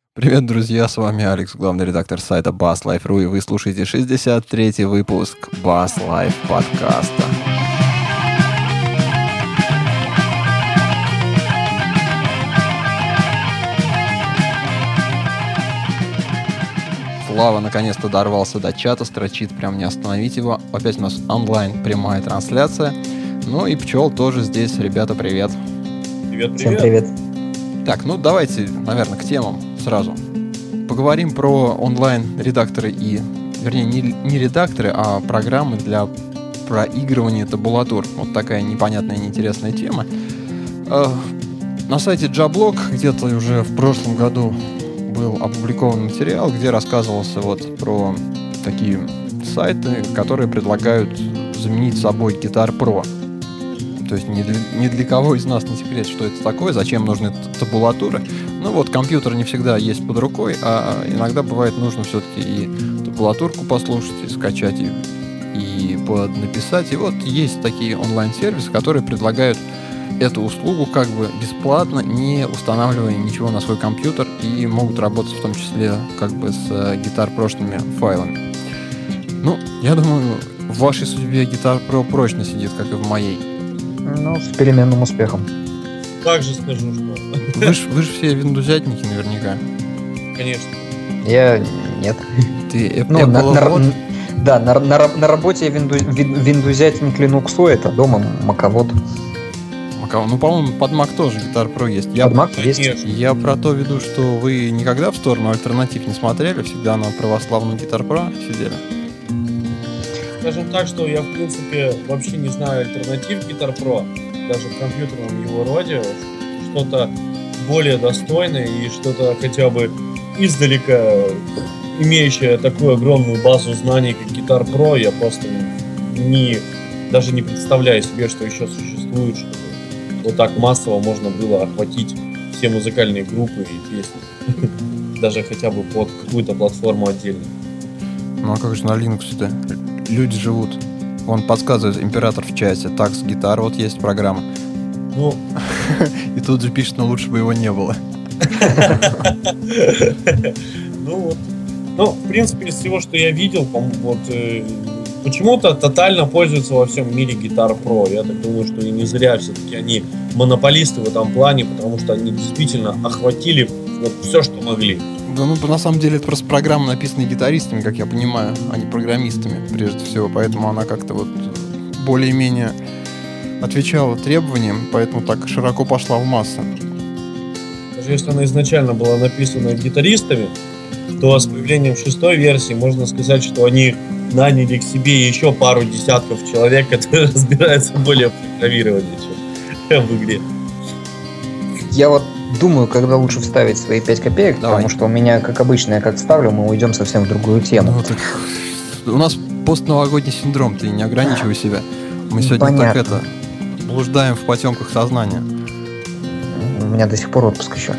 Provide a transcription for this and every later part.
Привет, друзья, с вами Алекс, главный редактор сайта BassLife.ru, и вы слушаете 63-й выпуск Bass Life подкаста. Слава наконец-то дорвался до чата, строчит, прям не остановить его. Опять у нас онлайн прямая трансляция. Ну и Пчел тоже здесь. Ребята, привет. Привет, привет. Всем привет. Так, ну давайте, наверное, к темам сразу. Поговорим про онлайн-редакторы и, вернее, не редакторы, а программы для проигрывания табулатур. Вот такая непонятная, неинтересная тема. На сайте Jablog где-то уже в прошлом году был опубликован материал, где рассказывался вот про такие сайты, которые предлагают заменить собой Guitar Pro. То есть ни для кого из нас не секрет, что это такое, зачем нужны табулатуры. Ну вот, компьютер не всегда есть под рукой, а иногда бывает нужно все-таки и табулатурку послушать, и скачать, и написать. И вот есть такие онлайн-сервисы, которые предлагают эту услугу как бы бесплатно, не устанавливая ничего на свой компьютер, и могут работать в том числе как бы с Guitar Pro-шными файлами. Ну, я думаю, в вашей судьбе Guitar Pro прочно сидит, как и в моей. Ну, с переменным успехом. Также скажу, что... Вы ж все виндузятники наверняка. Конечно. Я нет. Ты на работе я виндузятник линуксоид, а дома маковод. Ну, по-моему, под Mac тоже Guitar Pro есть. Под Mac есть. Я про то веду, что вы никогда в сторону альтернатив не смотрели, всегда на православном Guitar Pro сидели. Скажем так, что я, в принципе, вообще не знаю альтернатив Guitar Pro, даже в компьютерном его роде, что-то более достойное и что-то хотя бы издалека имеющее такую огромную базу знаний, как Guitar Pro, я просто даже не представляю себе, что еще существует, чтобы вот так массово можно было охватить все музыкальные группы и песни, даже хотя бы под какую-то платформу отдельно. Ну а как же на Linux-то? Люди живут. Он подсказывает, император в чате. Tax Guitar, вот есть программа. Ну. И тут же пишет, но лучше бы его не было. Ну вот. Ну, в принципе, из всего, что я видел, вот почему-то тотально пользуются во всем мире Guitar Pro. Я так думаю, что и не зря все-таки они монополисты в этом плане, потому что они действительно охватили вот все, что могли. Да, ну, на самом деле, это просто программа, написанная гитаристами, как я понимаю, а не программистами, прежде всего. Поэтому она как-то вот более-менее отвечала требованиям, поэтому так широко пошла в массы. Даже если она изначально была написана гитаристами, то с появлением 6-й версии можно сказать, что они наняли к себе еще пару десятков человек, которые разбираются более в программировании, чем в игре. Я вот думаю, когда лучше вставить свои 5 копеек, Давай. Потому что у меня, как обычно, я как вставлю, мы уйдем совсем в другую тему. Ну, так... У нас постновогодний синдром, ты не ограничивай себя. Мы сегодня Понятно. так блуждаем в потемках сознания. У меня до сих пор отпуск еще.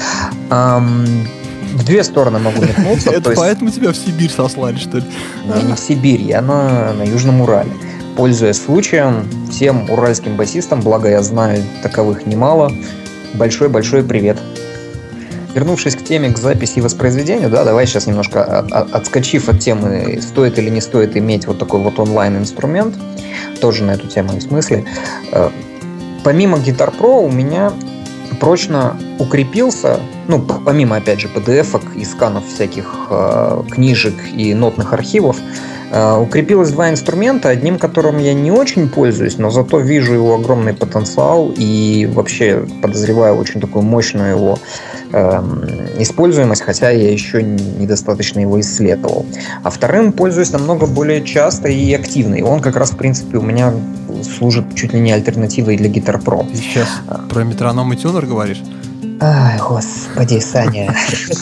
В две стороны могу метнуться. Это поэтому тебя в Сибирь сослали, что ли? Я не в Сибирь, я на Южном Урале. Пользуясь случаем, всем уральским басистам, благо я знаю таковых немало, большой-большой привет. Вернувшись к теме, к записи и воспроизведению, да, давай сейчас немножко отскочив от темы, стоит или не стоит иметь вот такой вот онлайн-инструмент, тоже на эту тему есть мысли. Помимо Guitar Pro у меня прочно укрепился, ну, помимо, опять же, PDF-ок и сканов всяких книжек и нотных архивов, укрепилось два инструмента, одним которым я не очень пользуюсь, но зато вижу его огромный потенциал и вообще подозреваю очень такую мощную его используемость, хотя я еще недостаточно его исследовал. А вторым пользуюсь намного более часто и активно, и он как раз, в принципе, у меня служит чуть ли не альтернативой для Guitar Pro. Ты сейчас про метроном и тюнер говоришь? Ай, господи, Саня.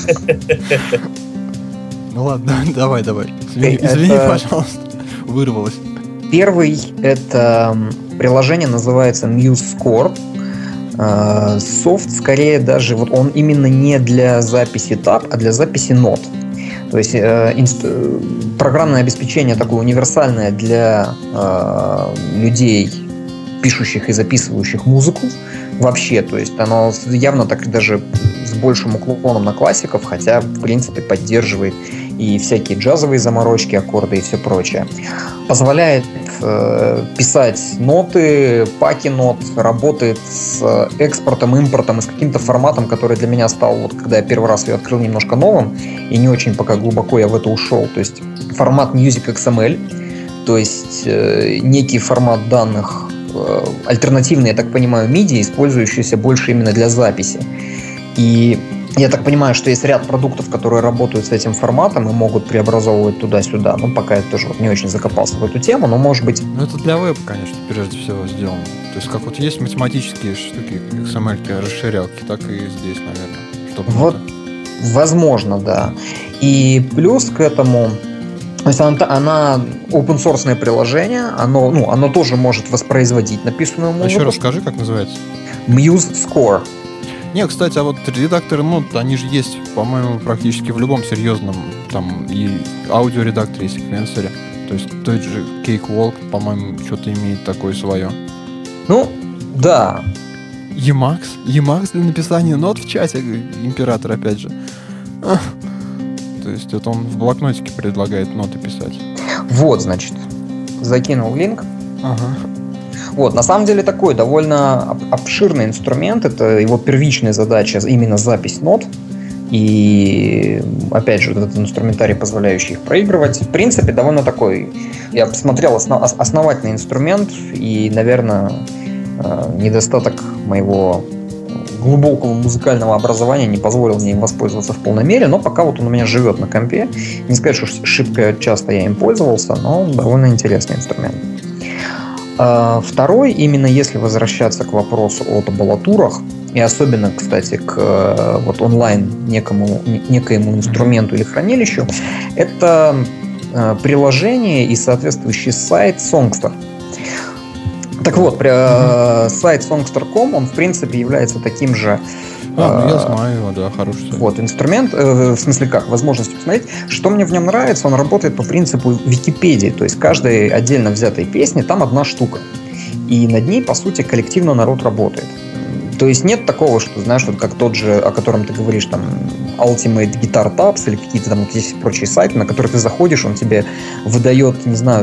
Ну ладно, давай. Извини, пожалуйста, вырвалось. Первый — это приложение, называется MuseScore. Софт, скорее даже, вот он именно не для записи таб, а для записи нот. То есть программное обеспечение такое универсальное для людей, пишущих и записывающих музыку вообще. То есть оно явно так даже с большим уклоном на классиков, хотя, в принципе, поддерживает и всякие джазовые заморочки, аккорды и все прочее. Позволяет писать ноты, паки нот, работает с экспортом, импортом и с каким-то форматом, который для меня стал, вот когда я первый раз ее открыл, немножко новым, и не очень пока глубоко я в это ушел. То есть формат Music XML, то есть некий формат данных, альтернативный, я так понимаю, MIDI, использующийся больше именно для записи. И я так понимаю, что есть ряд продуктов, которые работают с этим форматом и могут преобразовывать туда-сюда. Ну, пока я тоже вот не очень закопался в эту тему, но может быть... Ну, это для веба, конечно, прежде всего сделано. То есть, как вот есть математические штуки, XML-ки, расширялки, так и здесь, наверное. Чтобы вот, возможно, да. И плюс к этому... То есть она open-source приложение, оно тоже может воспроизводить написанную музыку. Еще раз скажи, как называется? MuseScore. Не, кстати, а вот редакторы нот, они же есть, по-моему, практически в любом серьезном, там, и аудиоредакторе, и секвенсоре. То есть тот же Cakewalk, по-моему, что-то имеет такое свое. Ну, да. Emacs для написания нот в чате, император, опять же. То есть это он в блокнотике предлагает ноты писать. Вот, значит, закинул линк. Ага. Вот, на самом деле такой довольно обширный инструмент. Это его первичная задача именно запись нот. И, опять же, этот инструментарий, позволяющий их проигрывать. В принципе, довольно такой, я посмотрел, основательный инструмент. И, наверное, недостаток моего глубокого музыкального образования не позволил мне им воспользоваться в полной мере. Но пока вот он у меня живет на компе. Не сказать, что шибко часто я им пользовался, но довольно интересный инструмент. Второй, именно если возвращаться к вопросу о табулатурах, и особенно, кстати, к вот онлайн некоему инструменту или хранилищу, это приложение и соответствующий сайт Songster. Так вот, сайт songster.com, он в принципе является таким же... я знаю его, да, хороший сайт. Вот, инструмент, в смысле как, возможность посмотреть. Что мне в нем нравится, он работает по принципу Википедии, то есть каждой отдельно взятой песни там одна штука. И над ней, по сути, коллективно народ работает. То есть нет такого, что, знаешь, вот как тот же, о котором ты говоришь, там, Ultimate Guitar Tabs или какие-то там вот есть прочие сайты, на которые ты заходишь, он тебе выдает, не знаю,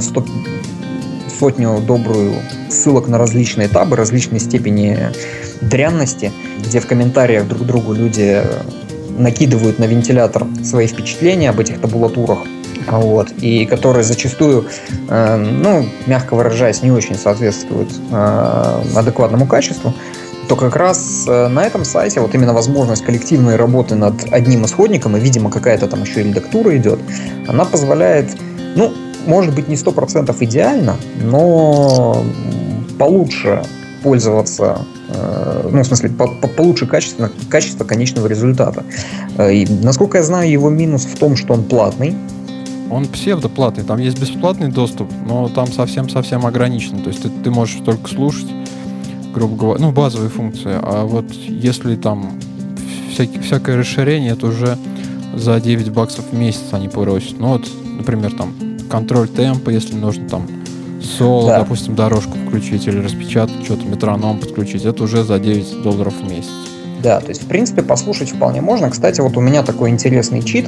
сотню добрую ссылок на различные табы, различной степени дрянности, где в комментариях друг другу люди накидывают на вентилятор свои впечатления об этих табулатурах, вот, и которые зачастую, мягко выражаясь, не очень соответствуют адекватному качеству, то как раз на этом сайте вот именно возможность коллективной работы над одним исходником, и, видимо, какая-то там еще и редактура идет, она позволяет, может быть, не 100% идеально, но получше пользоваться, в смысле, получше качество конечного результата. И, насколько я знаю, его минус в том, что он платный. Он псевдоплатный, там есть бесплатный доступ, но там совсем-совсем ограничен. То есть ты можешь только слушать, грубо говоря, базовые функции. А вот если там всякое расширение, это уже за $9 в месяц они просят. Ну вот, например, там контроль темпа, если нужно там соло, да, допустим, дорожку включить или распечатать что-то, метроном подключить, это уже за $9 в месяц. Да, то есть, в принципе, послушать вполне можно. Кстати, вот у меня такой интересный чит.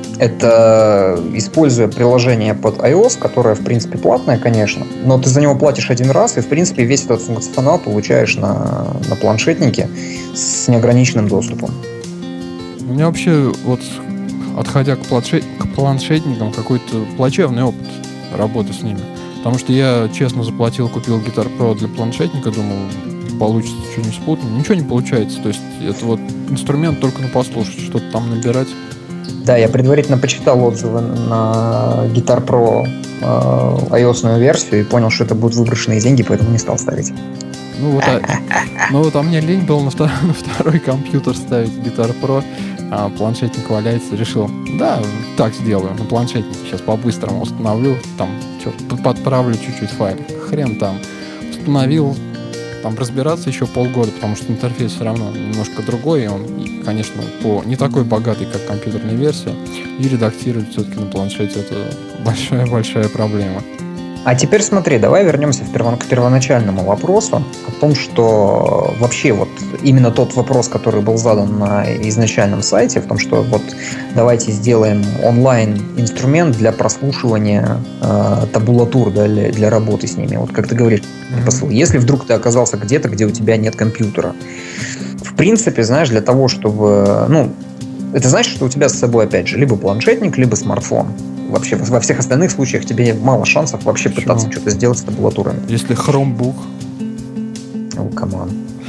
Это используя приложение под iOS, которое, в принципе, платное, конечно, но ты за него платишь один раз, и, в принципе, весь этот функционал получаешь на планшетнике с неограниченным доступом. У меня вообще, вот, отходя к планшетникам, какой-то плачевный опыт работы с ними. Потому что я, честно, купил Guitar Pro для планшетника, думал, получится что-нибудь спутанное. Ничего не получается. То есть это вот инструмент только на послушать, что-то там набирать. Да, я предварительно почитал отзывы на Guitar Pro iOS-ную версию и понял, что это будут выброшенные деньги, поэтому не стал ставить. А мне лень было на второй компьютер ставить Guitar Pro, а планшетник валяется, решил, да, так сделаю, на планшетнике сейчас по-быстрому установлю, там, подправлю чуть-чуть файл, хрен там, установил, там разбираться еще полгода, потому что интерфейс все равно немножко другой, и он, конечно, не такой богатый, как компьютерная версия, и редактировать все-таки на планшете это большая проблема. А теперь смотри, давай вернемся к первоначальному вопросу о том, что вообще вот именно тот вопрос, который был задан на изначальном сайте, в том, что вот давайте сделаем онлайн-инструмент для прослушивания табулатур, для работы с ними. Вот как ты говоришь, посыл. Если вдруг ты оказался где-то, где у тебя нет компьютера. В принципе, знаешь, для того, чтобы... это значит, что у тебя с собой, опять же, либо планшетник, либо смартфон. Вообще, во всех остальных случаях тебе мало шансов вообще пытаться что-то сделать с табулатурами. Если Chromebook. Камон.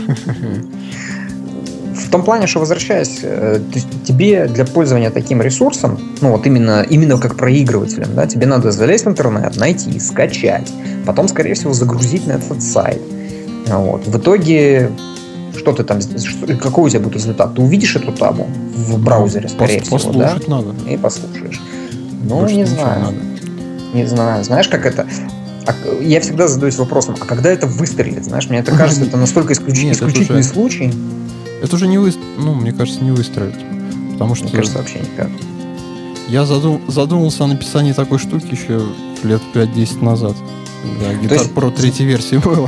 В том плане, что, возвращаясь, тебе для пользования таким ресурсом, именно как проигрывателем, да, тебе надо залезть в интернет, найти, скачать, потом, скорее всего, загрузить на этот сайт. Вот. В итоге, что ты там, какой у тебя будет результат? Ты увидишь эту табу в браузере, скорее всего, послушать да? надо. И послушаешь. Больше не знаю. Не знаю. Знаешь, как это? Я всегда задаюсь вопросом, а когда это выстрелит? Знаешь, мне это кажется, это настолько исключительный случай. Это уже не мне кажется, не выстрелит. Потому что... Мне кажется, вообще никак. Я задумался о написании такой штуки еще лет 5-10 назад. Да, Guitar Pro 3 версии было.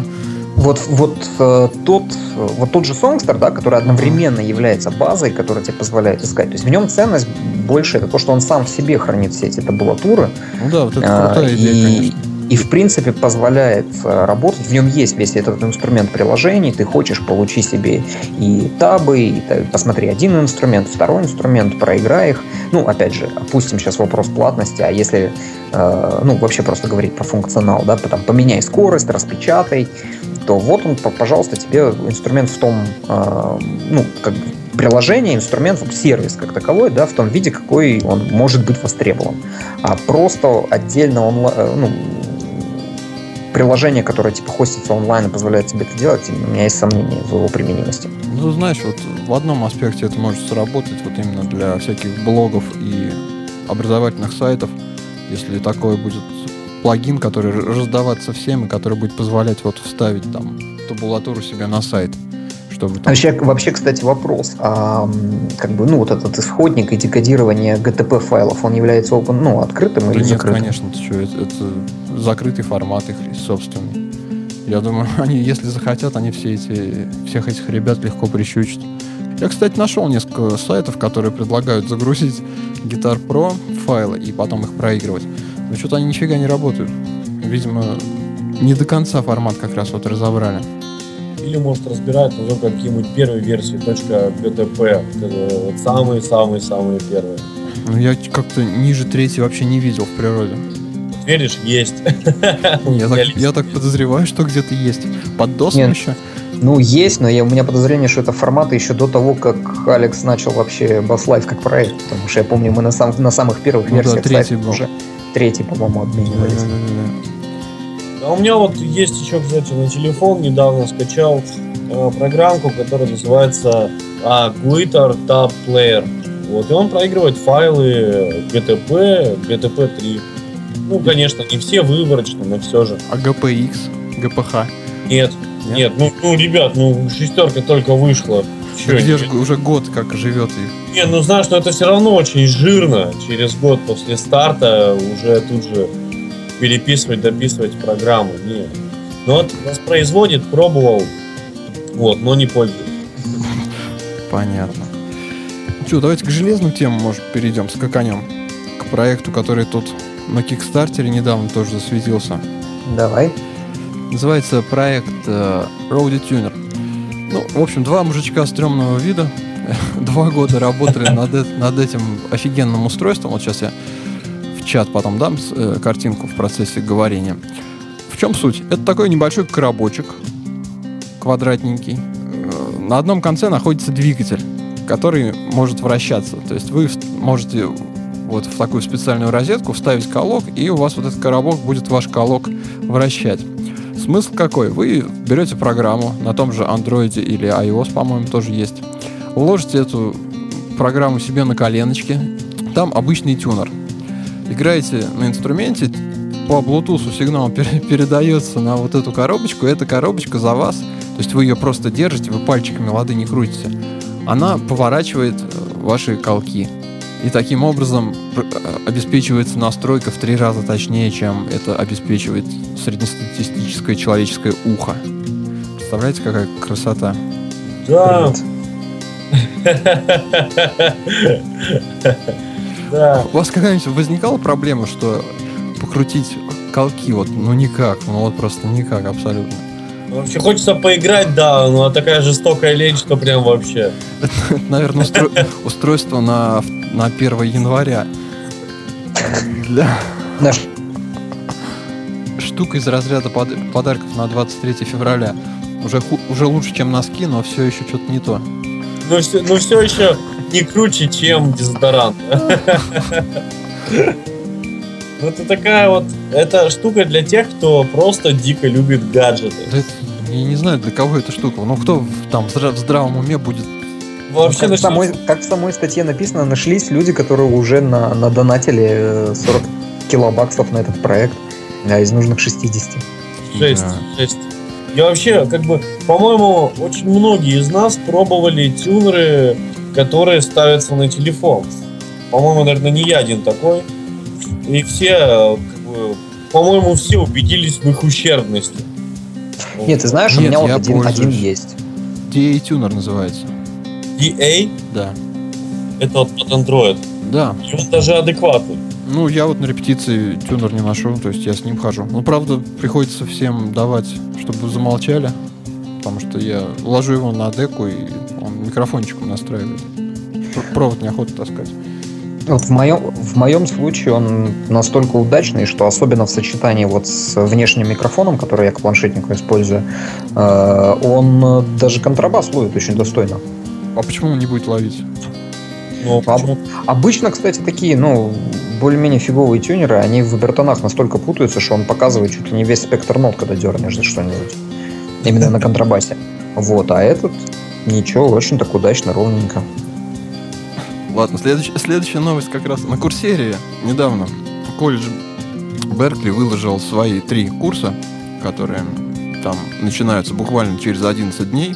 Тот же Songster, да, который одновременно является базой, которая тебе позволяет искать. То есть в нем ценность больше это то, что он сам в себе хранит все эти табулатуры. Вот это крутая идея, конечно. И в принципе позволяет работать. В нем есть весь этот инструмент приложений. Ты хочешь получить себе и табы, и посмотри один инструмент, второй инструмент, проиграй их. Опять же, опустим сейчас вопрос платности, а если вообще просто говорить про функционал, да, потом поменяй скорость, распечатай, то вот он, пожалуйста, тебе инструмент в том, приложение, инструмент, сервис как таковой, да, в том виде, какой он может быть востребован. А просто отдельно приложение, которое хостится онлайн и позволяет тебе это делать, у меня есть сомнения в его применимости. Знаешь, вот в одном аспекте это может сработать, вот именно для всяких блогов и образовательных сайтов, если такой будет плагин, который раздаваться всем и который будет позволять вставить там табулатуру себе на сайт. Чтобы там... Вообще, кстати, вопрос. Вот этот исходник и декодирование GTP файлов, он является открытым или закрытым? Нет, конечно, это закрытый формат их собственный. Я думаю, они, если захотят, они всех этих ребят легко прищучат. Я, кстати, нашел несколько сайтов, которые предлагают загрузить Guitar Pro файлы и потом их проигрывать. Но что-то они нифига не работают. Видимо, не до конца формат как раз разобрали. Или, может, разбирать какие-нибудь первые версии .gtp, самые-самые-самые первые. Я как-то ниже 3 вообще не видел в природе. Веришь, есть. Я так подозреваю, что где-то есть. Под DOS еще? Есть, но у меня подозрение, что это форматы еще до того, как Алекс начал вообще Bass Live как проект. Потому что я помню, мы на самых первых версиях сайта уже 3, по-моему, обменивались. А у меня есть еще, кстати, на телефон недавно скачал программку, которая называется Guitar Tab Player. И он проигрывает файлы GTP 3. Конечно, не все выборочно, но все же. А GPX, GPH? Нет. Ребят, шестерка только вышла. Где же уже год как живет их? Знаешь, что это все равно очень жирно. Через год после старта уже тут же переписывать, дописывать программу. Нет. Воспроизводит, пробовал, но не пользуюсь. Понятно. Давайте к железным темам, может, перейдем, скаканем. К проекту, который тут на Кикстартере недавно тоже засветился. Давай. Называется проект Roadie Tuner. В общем, 2 мужичка стрёмного вида 2 года работали над этим офигенным устройством. Вот сейчас я в чат потом дам картинку в процессе говорения. В чем суть? Это такой небольшой коробочек, квадратненький. На одном конце находится двигатель, который может вращаться. То есть вы можете в такую специальную розетку вставить колок, и у вас этот коробок будет ваш колок вращать. Смысл какой? Вы берете программу на том же Android или iOS, по-моему, тоже есть. Ложите эту программу себе на коленочки. Там обычный тюнер. Играете на инструменте, по Bluetooth сигнал передается на эту коробочку, и эта коробочка за вас, то есть вы ее просто держите, вы пальчиками лады не крутите, она поворачивает ваши колки. И таким образом обеспечивается настройка в 3 раза точнее, чем это обеспечивает среднестатистическое человеческое ухо. Представляете, какая красота? Да. Да. У вас когда-нибудь возникала проблема, что покрутить колки вот, ну никак, ну вот просто никак абсолютно? Вообще хочется поиграть, да, но такая жестокая лень, что прям вообще. Это, наверное, устройство на 1 января. Для штука из разряда подарков на 23 февраля. Уже лучше, чем носки, но все еще что-то не то. Но все еще не круче, чем дезодорант. Это такая вот, это штука для тех, кто просто дико любит гаджеты. Да, я не знаю, для кого эта штука. Ну, кто там в здравом уме будет... Вообще, как в самой статье написано, нашлись люди, которые уже надонатили 40 килобаксов на этот проект из нужных 60. Жесть. Я вообще, по-моему, очень многие из нас пробовали тюнеры, которые ставятся на телефон. По-моему, наверное, не я один такой. И все, по-моему, все убедились в их ущербности. Нет, ты знаешь, у меня вот один есть. DA Tuner называется. DA? Да. Это вот под Android. Да. И он даже адекватный. Ну, я вот на репетиции тюнер не ношу, то есть я с ним хожу. Ну, правда, приходится всем давать, чтобы замолчали, потому что я ложу его на деку, и он микрофончиком настраивает. Провод неохота таскать. Вот в моем случае он настолько удачный, что особенно в сочетании вот с внешним микрофоном, который я к планшетнику использую, он даже контрабас ловит очень достойно. А почему он не будет ловить? Ну, обычно, кстати, такие, более-менее фиговые тюнеры, они в обертонах настолько путаются, что он показывает чуть ли не весь спектр нот, когда дернешь за что-нибудь. Именно на контрабасе. Вот, а этот ничего, очень так удачно, ровненько. Ладно, следующая новость как раз на Курсере. Недавно колледж Беркли выложил свои 3 курса, которые там начинаются буквально через 11 дней.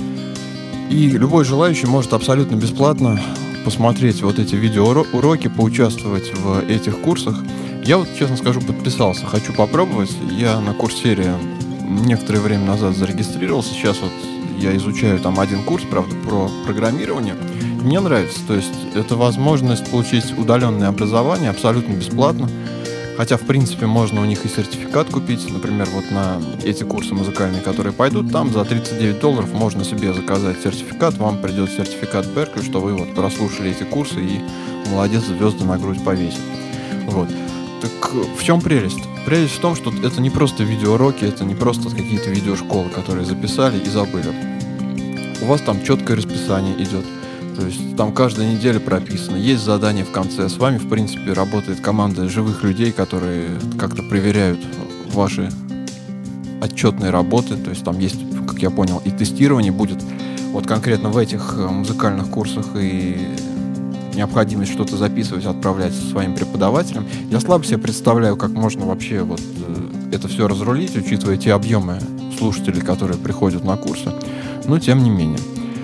И любой желающий может абсолютно бесплатно посмотреть вот эти видеоуроки, поучаствовать в этих курсах. Я вот, честно скажу, подписался. Хочу попробовать. Я на Курсере некоторое время назад зарегистрировался. Сейчас вот я изучаю там один курс, правда, про программирование. Мне нравится. То есть это возможность получить удаленное образование абсолютно бесплатно. Хотя, в принципе, можно у них и сертификат купить. Например, вот на эти курсы музыкальные, которые пойдут, там за $39 можно себе заказать сертификат. Вам придет сертификат Беркли, что вы вот прослушали эти курсы и молодец, звезды на грудь повесит. Вот. Так в чем прелесть? Прелесть в том, что это не просто видеоуроки, это не просто какие-то видеошколы, которые записали и забыли. У вас там четкое расписание идет. То есть там каждая неделя прописано, есть задание в конце. С вами, в принципе, работает команда живых людей, которые как-то проверяют ваши отчетные работы. То есть там есть, как я понял, и тестирование будет. Вот конкретно в этих музыкальных курсах и необходимость что-то записывать, отправлять своим преподавателям. Я слабо себе представляю, как можно вообще вот это все разрулить, учитывая те объемы слушателей, которые приходят на курсы. Но тем не менее.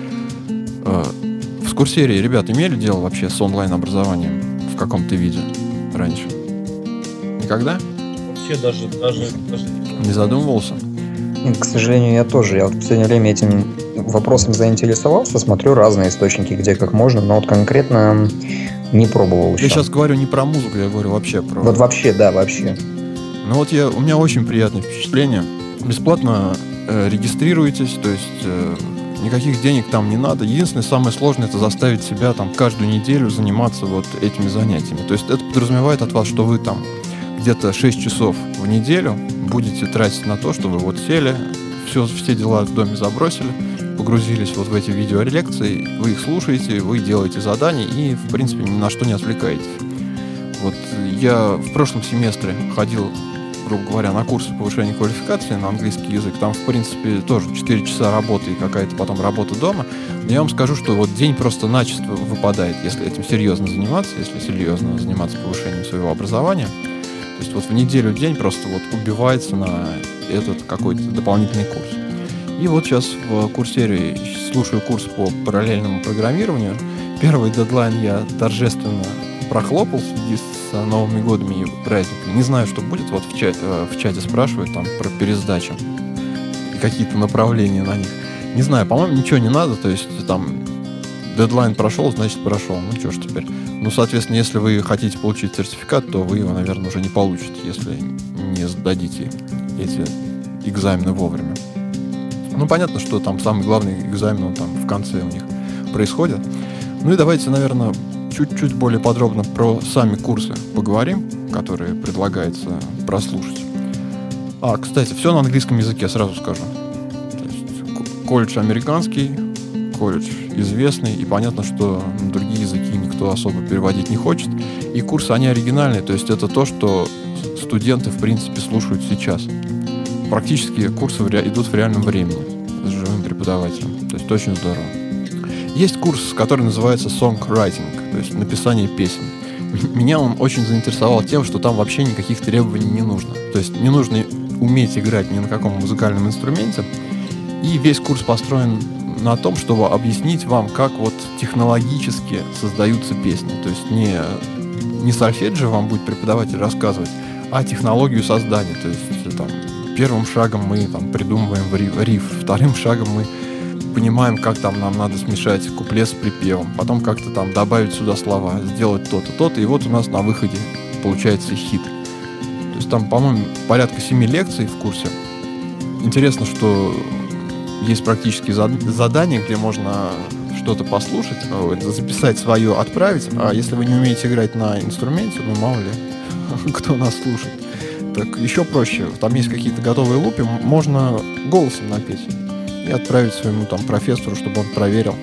В Курсере, ребят, имели дело вообще с онлайн-образованием в каком-то виде раньше? Никогда? Вообще даже не задумывался? К сожалению, я тоже. Я вот в последнее время этим вопросом заинтересовался, смотрю разные источники, где как можно, но вот конкретно не пробовал еще. Я сейчас говорю не про музыку, я говорю вообще про... Вот вообще, да, вообще. Ну вот у меня очень приятное впечатление. Бесплатно регистрируетесь, то есть... Никаких денег там не надо. Единственное, самое сложное, это заставить себя там каждую неделю заниматься вот этими занятиями. То есть это подразумевает от вас, что вы там где-то 6 часов в неделю будете тратить на то, что вы вот сели, все дела в доме забросили, погрузились вот в эти видеолекции, вы их слушаете, вы делаете задания и, в принципе, ни на что не отвлекаетесь. Вот я в прошлом семестре ходил, грубо говоря, на курсы повышения квалификации на английский язык. Там, в принципе, тоже 4 часа работы и какая-то потом работа дома. Но я вам скажу, что вот день просто начисто выпадает, если этим серьезно заниматься, если серьезно заниматься повышением своего образования. То есть вот в неделю день просто вот убивается на этот какой-то дополнительный курс. И вот сейчас в Курсере слушаю курс по параллельному программированию. Первый дедлайн я торжественно прохлопал в связи с Новыми годами и праздниками. Не знаю, что будет. Вот в чате спрашивают там про пересдачу и какие-то направления на них. Не знаю, по-моему, ничего не надо, то есть там дедлайн прошел, значит прошел. Ну что ж теперь. Ну, соответственно, если вы хотите получить сертификат, то вы его, наверное, уже не получите, если не сдадите эти экзамены вовремя. Ну, понятно, что там самый главный экзамен, он там в конце у них происходит. Ну и давайте, наверное, чуть-чуть более подробно про сами курсы поговорим, которые предлагается прослушать. Кстати, все на английском языке, сразу скажу. То есть, колледж американский, колледж известный, и понятно, что на другие языки никто особо переводить не хочет. И курсы, они оригинальные, то есть это то, что студенты, в принципе, слушают сейчас. Практически курсы идут в реальном времени с живым преподавателем. То есть очень здорово. Есть курс, который называется songwriting, то есть написание песен. Меня он очень заинтересовал тем, что там вообще никаких требований не нужно. То есть не нужно уметь играть ни на каком музыкальном инструменте. И весь курс построен на том, чтобы объяснить вам, как вот технологически создаются песни. То есть не сольфеджио вам будет преподаватель рассказывать, а технологию создания. То есть там, первым шагом мы там придумываем риф, вторым шагом мы понимаем, как там нам надо смешать куплет с припевом, потом как-то там добавить сюда слова, сделать то-то, то-то, и вот у нас на выходе получается хит. То есть там, по-моему, порядка 7 лекций в курсе. Интересно, что есть практические задания, где можно что-то послушать, записать свое, отправить, а если вы не умеете играть на инструменте, ну мало ли, кто нас слушает. Так еще проще, там есть какие-то готовые лупи, можно голосом напеть и отправить своему там профессору, чтобы он проверил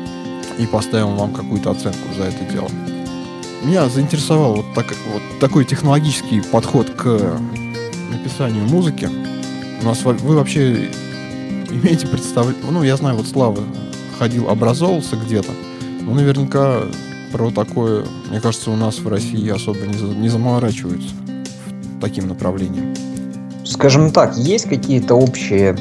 и поставил вам какую-то оценку за это дело. Меня заинтересовал вот такой технологический подход к написанию музыки. У нас вы вообще имеете представление? Ну, я знаю, вот Слава ходил, образовывался где-то, но наверняка про такое, мне кажется, у нас в России особо не заморачиваются таким направлением. Скажем так, есть какие-то общие,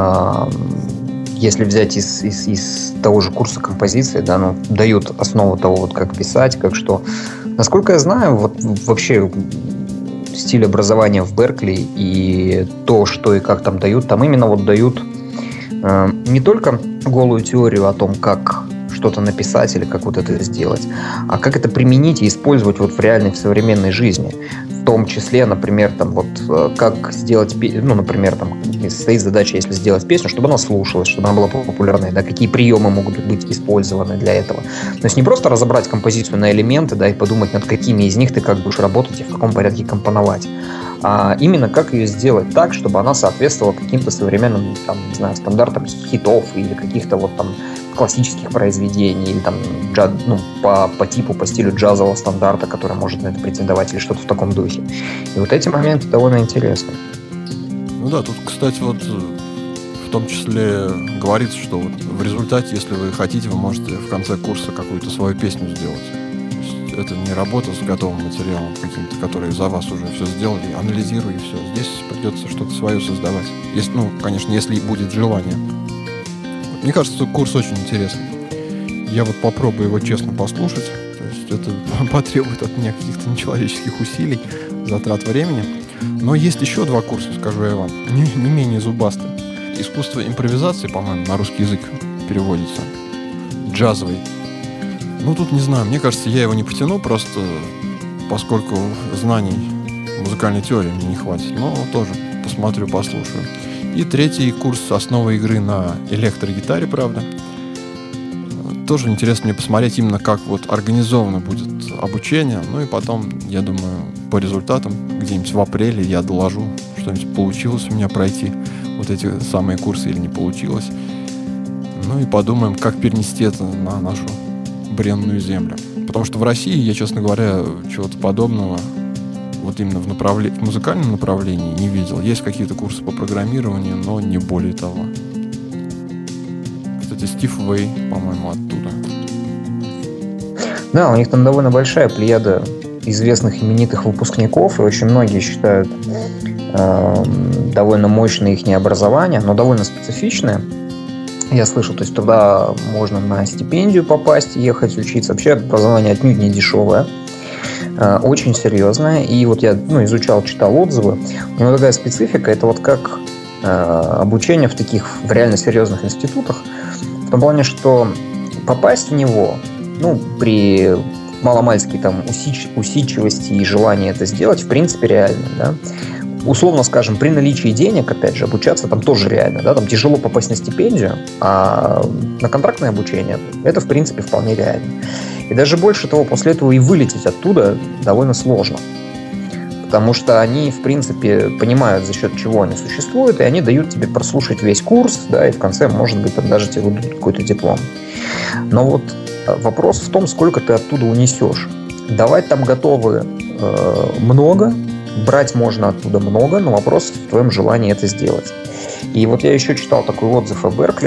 если взять из того же курса композиции, да, ну, дают основу того, вот как писать, как что. Насколько я знаю, вот вообще стиль образования в Беркли и то, что и как там дают, там именно вот дают не только голую теорию о том, как что-то написать или как вот это сделать, а как это применить и использовать вот в реальной, в современной жизни. В том числе, например, там вот как сделать, ну, например, там стоит задача, если сделать песню, чтобы она слушалась, чтобы она была популярной, да, какие приемы могут быть использованы для этого. То есть не просто разобрать композицию на элементы, да, и подумать, над какими из них ты как будешь работать и в каком порядке компоновать, а именно как ее сделать так, чтобы она соответствовала каким-то современным, там, не знаю, стандартам хитов или каких-то вот там классических произведений, или там по типу, по стилю джазового стандарта, который может на это претендовать, или что-то в таком духе. И вот эти моменты довольно интересны. Ну да, тут, кстати, вот в том числе говорится, что вот в результате, если вы хотите, вы можете в конце курса какую-то свою песню сделать. То есть это не работа с готовым материалом каким-то, который за вас уже все сделали, анализируй и все. Здесь придется что-то свое создавать. Если, ну, конечно, если будет желание. Мне кажется, курс очень интересный. Я вот попробую его честно послушать. То есть это потребует от меня каких-то нечеловеческих усилий, затрат времени. Но есть еще 2 курса, скажу я вам, не менее зубастые. Искусство импровизации, по-моему, на русский язык переводится. Джазовый. Ну, тут не знаю, мне кажется, я его не потяну, просто поскольку знаний музыкальной теории мне не хватит. Но тоже посмотрю, послушаю. И 3 курс «Основы игры на электрогитаре», правда. Тоже интересно мне посмотреть именно, как вот организовано будет обучение. Ну и потом, я думаю, по результатам где-нибудь в апреле я доложу, что-нибудь получилось у меня пройти вот эти самые курсы или не получилось. Ну и подумаем, как перенести это на нашу бренную землю. Потому что в России я, честно говоря, чего-то подобного вот именно в музыкальном направлении не видел. Есть какие-то курсы по программированию, но не более того. Кстати, Стив Вэй, по-моему, оттуда. Да, у них там довольно большая плеяда известных именитых выпускников, и очень многие считают довольно мощное их образование, но довольно специфичное. Я слышал, то есть туда можно на стипендию попасть, ехать учиться. Вообще образование отнюдь не дешевое. Очень серьезная. И вот я изучал, читал отзывы. У него такая специфика, это вот как обучения в таких, в реально серьезных институтах, в том плане, что попасть в него, ну, при маломальской там усидчивости и желании это сделать, в принципе, реально, да. Условно скажем, при наличии денег, опять же, обучаться там тоже реально, да, там тяжело попасть на стипендию, а на контрактное обучение это, в принципе, вполне реально. И даже больше того, после этого и вылететь оттуда довольно сложно. Потому что они, в принципе, понимают, за счет чего они существуют, и они дают тебе прослушать весь курс, да, и в конце, может быть, там даже тебе выдадут какой-то диплом. Но вот вопрос в том, сколько ты оттуда унесешь. Давать там готовы много, брать можно оттуда много, но вопрос в твоем желании это сделать. И вот я еще читал такой отзыв о Беркли,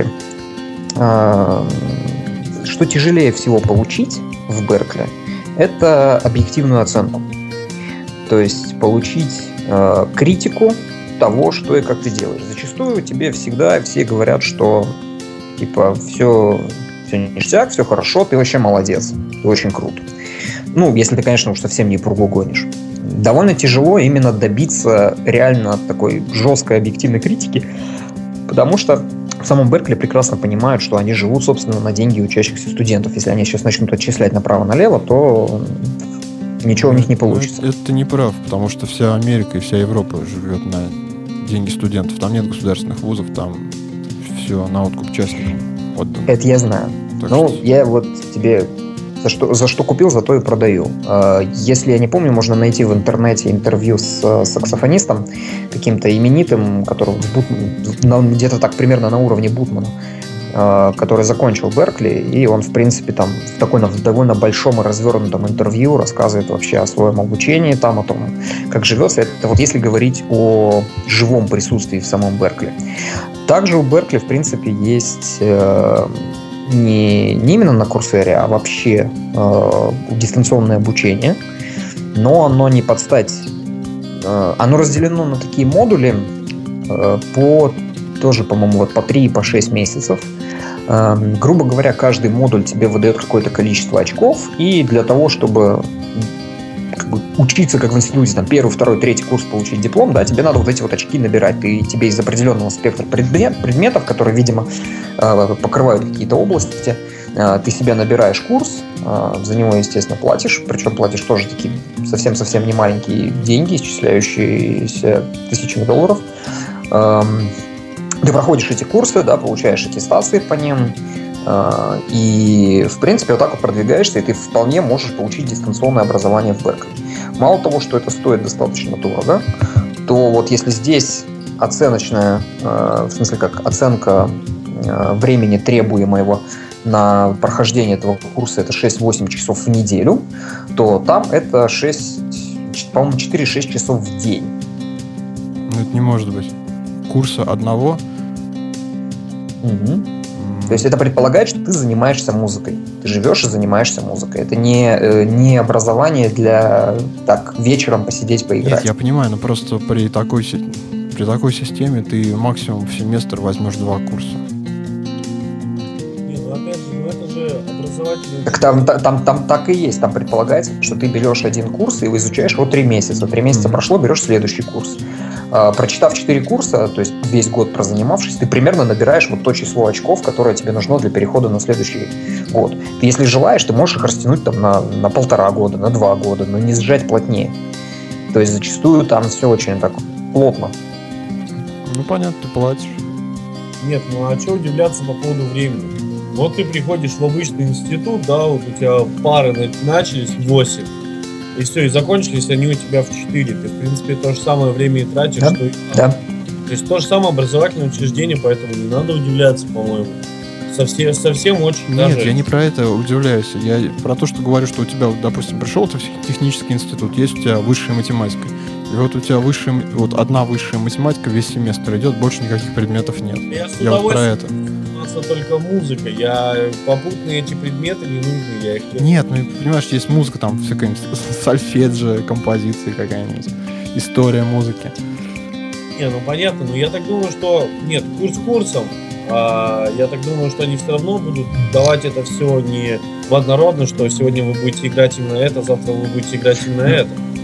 что тяжелее всего получить в Беркли, это объективную оценку. То есть получить критику того, что и как ты делаешь. Зачастую тебе всегда все говорят, что типа все ништяк, все хорошо, ты вообще молодец, ты очень крут. Ну, если ты, конечно, уж совсем не пургу гонишь. Довольно тяжело именно добиться реально такой жесткой объективной критики, потому что в самом Беркли прекрасно понимают, что они живут, собственно, на деньги учащихся студентов. Если они сейчас начнут отчислять направо-налево, то ничего у них не получится. Это ты не прав, потому что вся Америка и вся Европа живет на деньги студентов. Там нет государственных вузов, там все на откуп частникам отдано. Это я знаю. Так ну, что... я вот тебе за что купил, за то и продаю. Если я не помню, можно найти в интернете интервью с саксофонистом каким-то именитым, который где-то так примерно на уровне Бутмана, который закончил Беркли, и он, в принципе, там в довольно большом и развернутом интервью рассказывает вообще о своем обучении, там, о том, как живется. Это вот если говорить о живом присутствии в самом Беркли. Также у Беркли, в принципе, есть не именно на Курсере, а вообще дистанционное обучение, но оно не под стать. Оно разделено на такие модули тоже, по-моему, вот по 3 и по 6 месяцев. Грубо говоря, каждый модуль тебе выдает какое-то количество очков, и для того, чтобы учиться как в институте, там, 1, 2, 3 курс получить диплом, да, тебе надо вот эти вот очки набирать. Тебе из определенного спектра предметов, которые, видимо, покрывают какие-то области, ты себе набираешь курс, за него, естественно, платишь, причем платишь тоже такие совсем-совсем не маленькие деньги, исчисляющиеся тысячами долларов. Ты проходишь эти курсы, да, получаешь аттестации по ним, и, в принципе, вот так вот продвигаешься, и ты вполне можешь получить дистанционное образование в Беркли. Мало того, что это стоит достаточно дорого, то вот если здесь оценочная, в смысле как оценка времени, требуемого на прохождение этого курса, это 6-8 часов в неделю, то там это 4-6 часов в день. Ну, это не может быть. Курса одного? Угу. То есть это предполагает, что ты занимаешься музыкой. Ты живешь и занимаешься музыкой. Это не образование для так вечером посидеть, поиграть. Нет, я понимаю, но просто при такой системе ты максимум в семестр возьмешь 2 курса. Нет, ну опять же, это же образовательный... Так там так и есть. Там предполагается, что ты берешь один курс и изучаешь его 3 месяца. 3 месяца прошло, берешь следующий курс. Прочитав 4 курса, то есть весь год прозанимавшись, ты примерно набираешь вот то число очков, которое тебе нужно для перехода на следующий год. Ты, если желаешь, ты можешь их растянуть там на 1,5 года, на 2 года, но не сжать плотнее. То есть зачастую там все очень так плотно. Ну, понятно, ты платишь. Нет, ну а что удивляться по поводу времени? Вот ты приходишь в обычный институт, да, вот у тебя пары начались в 8. И все, и закончились они у тебя в 4. Ты, в принципе, то же самое время и тратишь, да? что и да. То есть то же самое образовательное учреждение, поэтому не надо удивляться, по-моему. Совсем очень Нет, даже... я не про это удивляюсь. Я про то, что говорю, что у тебя, допустим, пришел ты в технический институт, есть у тебя высшая математика. И вот у тебя одна высшая математика весь семестр идет, больше никаких предметов нет. Я вот про это. Только музыка. Попутные эти предметы не нужны, я их делаю. Нет, ну понимаешь, есть музыка, там всякая сольфеджио, композиция какая-нибудь, история музыки. Не, ну понятно, но я так думаю, что нет, курс курсом, я так думаю, что они все равно будут давать это все не в однородно, что сегодня вы будете играть именно это, завтра вы будете играть именно это.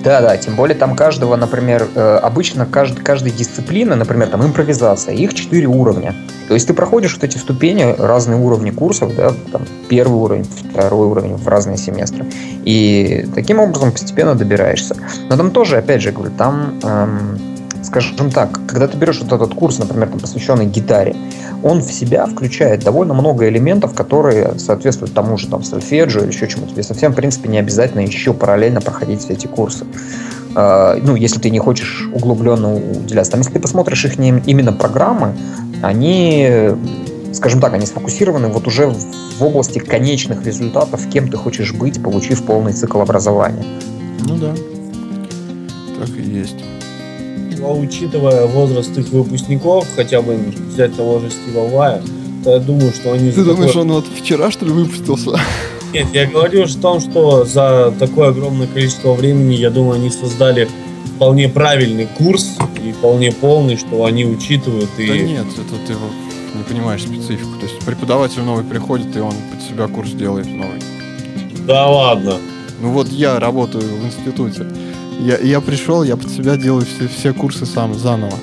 Да, тем более там каждого, например, обычно каждой дисциплины, например, там импровизация, их 4 уровня. То есть ты проходишь вот эти ступени, разные уровни курсов, да, там первый уровень, второй уровень в разные семестры. И таким образом постепенно добираешься. Но там тоже, опять же, говорю, там, скажем так, когда ты берешь вот этот курс, например, там, посвященный гитаре, он в себя включает довольно много элементов, которые соответствуют тому же там сольфеджио или еще чему-то. Тебе совсем, в принципе, не обязательно еще параллельно проходить все эти курсы. Ну, если ты не хочешь углубленно уделяться. Там, если ты посмотришь их именно программы, они, скажем так, они сфокусированы вот уже в области конечных результатов, кем ты хочешь быть, получив полный цикл образования. Ну да, так и есть. Но учитывая возраст их выпускников, хотя бы взять того же Стива Вая, то я думаю, что они... Ты думаешь, он вот вчера, что ли, выпустился? Нет, я говорю о том, что за такое огромное количество времени, я думаю, они создали вполне правильный курс и вполне полный, что они учитывают. Да нет, это ты не понимаешь специфику. То есть преподаватель новый приходит, и он под себя курс делает новый. Да ладно. Ну вот я работаю в институте. Я пришел, я под себя делаю все курсы сам заново.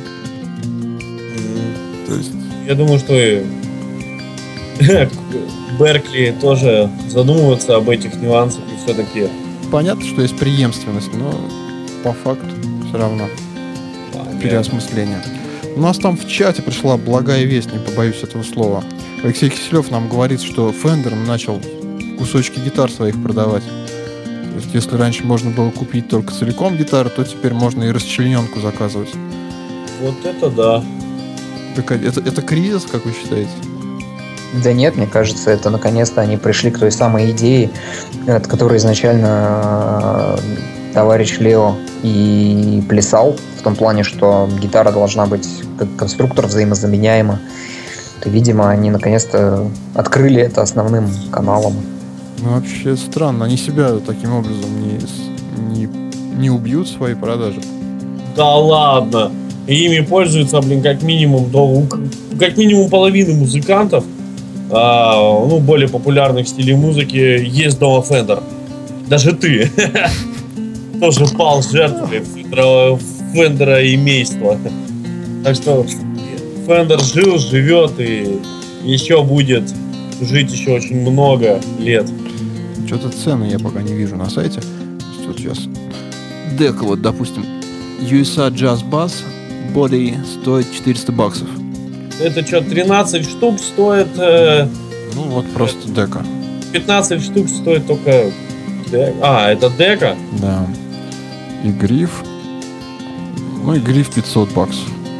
То есть... Я думаю, что и Беркли тоже задумывается об этих нюансах и все-таки... Понятно, что есть преемственность, но по факту все равно переосмысление. У нас там в чате пришла благая весть, не побоюсь этого слова. Алексей Киселев нам говорит, что Fender начал кусочки гитар своих продавать. То есть, если раньше можно было купить только целиком гитару, то теперь можно и расчлененку заказывать. Вот это да. Так, это кризис, как вы считаете? Да нет, мне кажется, это наконец-то они пришли к той самой идее, от которой изначально товарищ Лео и плясал, в том плане, что гитара должна быть как конструктор взаимозаменяема. То, видимо, они наконец-то открыли это основным каналом. Ну, вообще странно. Они себя таким образом не убьют свои продажи. Да ладно. И ими пользуются, как минимум половина музыкантов, более популярных стилей музыки, есть дома Fender. Даже ты тоже пал жертвой Фендера и мейства. Так что Fender жил, живет и еще будет жить еще очень много лет. Что-то цены я пока не вижу на сайте. Вот сейчас. Дека, вот, допустим, USA Jazz Bass Body стоит $400. Это что, 13 штук стоит... Ну вот просто дека. 15 штук стоит только... это дека? Да. И гриф. Ну и гриф $500.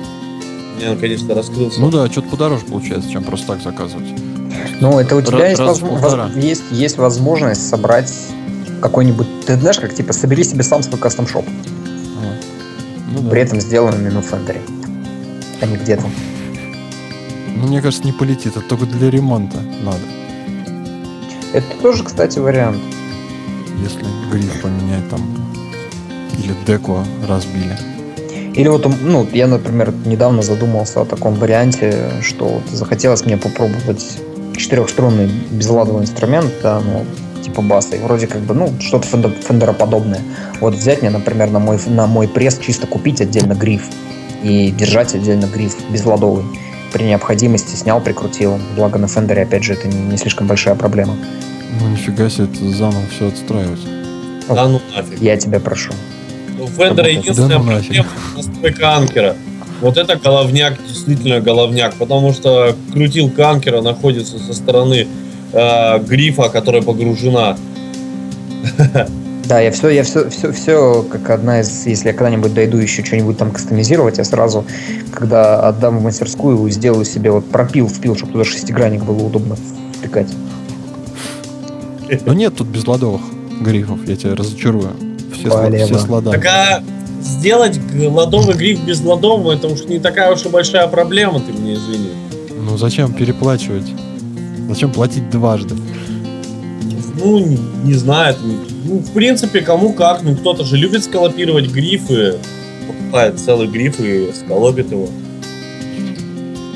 Я наконец-то раскрылся. Ну да, что-то подороже получается, чем просто так заказывать. Ну, это у тебя есть возможность собрать какой-нибудь... Ты знаешь, как типа собери себе сам свой кастом-шоп. Ну, да. При этом сделанный на Фендере. А не где-то. Ну, мне кажется, не полетит. Это только для ремонта надо. Это тоже, кстати, вариант. Если гриф поменять там. Или деку разбили. Или вот, я, например, недавно задумался о таком варианте, что вот захотелось мне попробовать 4-струнный безладовый инструмент, да, типа баса, и вроде как бы, что-то фендероподобное. Вот взять мне, например, на мой пресс чисто купить отдельно гриф и держать отдельно гриф безладовый. При необходимости снял, прикрутил. Благо на Фендере, опять же, это не слишком большая проблема. Ну, нифига себе, это заново все отстраивать. Да ну нафиг. Я тебя прошу. У Фендера единственная проблема — настройка анкера. Вот это головняк, действительно головняк, потому что крутилка анкера находится со стороны грифа, которая погружена. Да, я все как одна из, если я когда-нибудь дойду еще что-нибудь там кастомизировать, я сразу, когда отдам в мастерскую, сделаю себе вот пропил, чтобы туда шестигранник было удобно втыкать. Но нет тут безладовых грифов, я тебя разочарую. Все слада. Так сделать ладовый гриф без ладового, это уж не такая уж и большая проблема, ты мне извини. Ну зачем переплачивать? Зачем платить дважды? Ну, не знаю. В принципе, кому как. Кто-то же любит сколопировать грифы. Покупает целый гриф и сколопит его.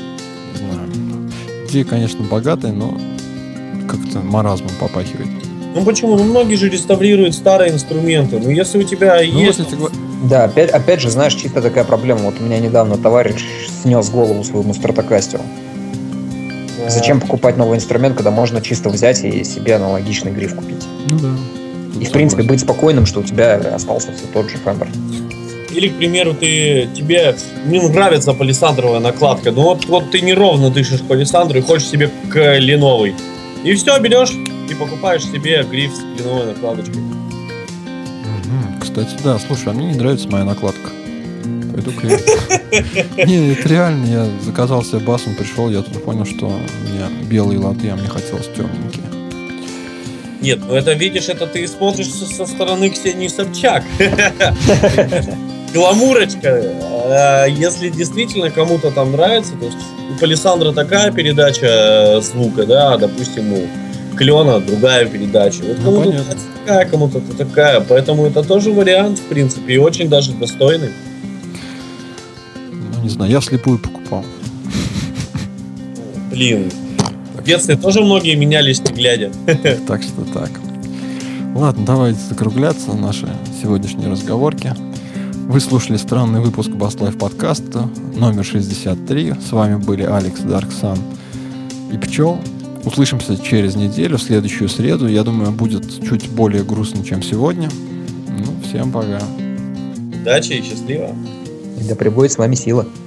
Не знаю. Идея, конечно, богатая, но как-то маразмом попахивает. Ну почему? Ну многие же реставрируют старые инструменты. Ну если у тебя есть... Да, опять же, знаешь, чисто такая проблема. Вот у меня недавно товарищ снес голову своему стратокастеру. Зачем покупать новый инструмент, когда можно чисто взять и себе аналогичный гриф купить? Ну да. И в принципе быть спокойным, что у тебя остался все тот же Fender. Или, к примеру, тебе не нравится палисандровая накладка. Ну вот ты неровно дышишь палисандру и хочешь себе кленовый. И все, берешь и покупаешь себе гриф с кленовой накладочкой. Кстати, да, слушай, а мне не нравится моя накладка. Пойду к ней. Не, это реально, я заказал себе бас, он пришел, я тут понял, что у меня белые латы, а мне хотелось темненькие. Нет, ну это, видишь, это ты смотришь со стороны Ксении Собчак. Гламурочка. Если действительно кому-то там нравится, то есть у палисандра такая передача звука, да, допустим, у клена другая передача. Вот кому-то нравится такая, кому-то такая. Поэтому это тоже вариант, в принципе, и очень даже достойный. Ну, не знаю, я вслепую покупал. Блин. В детстве тоже многие менялись, не глядя. Так что так. Ладно, давайте закругляться на наши сегодняшние разговорки. Вы слушали странный выпуск Bass Life подкаста номер 63. С вами были Алекс, Дарксан и Пчел. Услышимся через неделю, в следующую среду. Я думаю, будет чуть более грустно, чем сегодня. Ну, всем пока. Удачи и счастливо. Да пребудет с вами сила.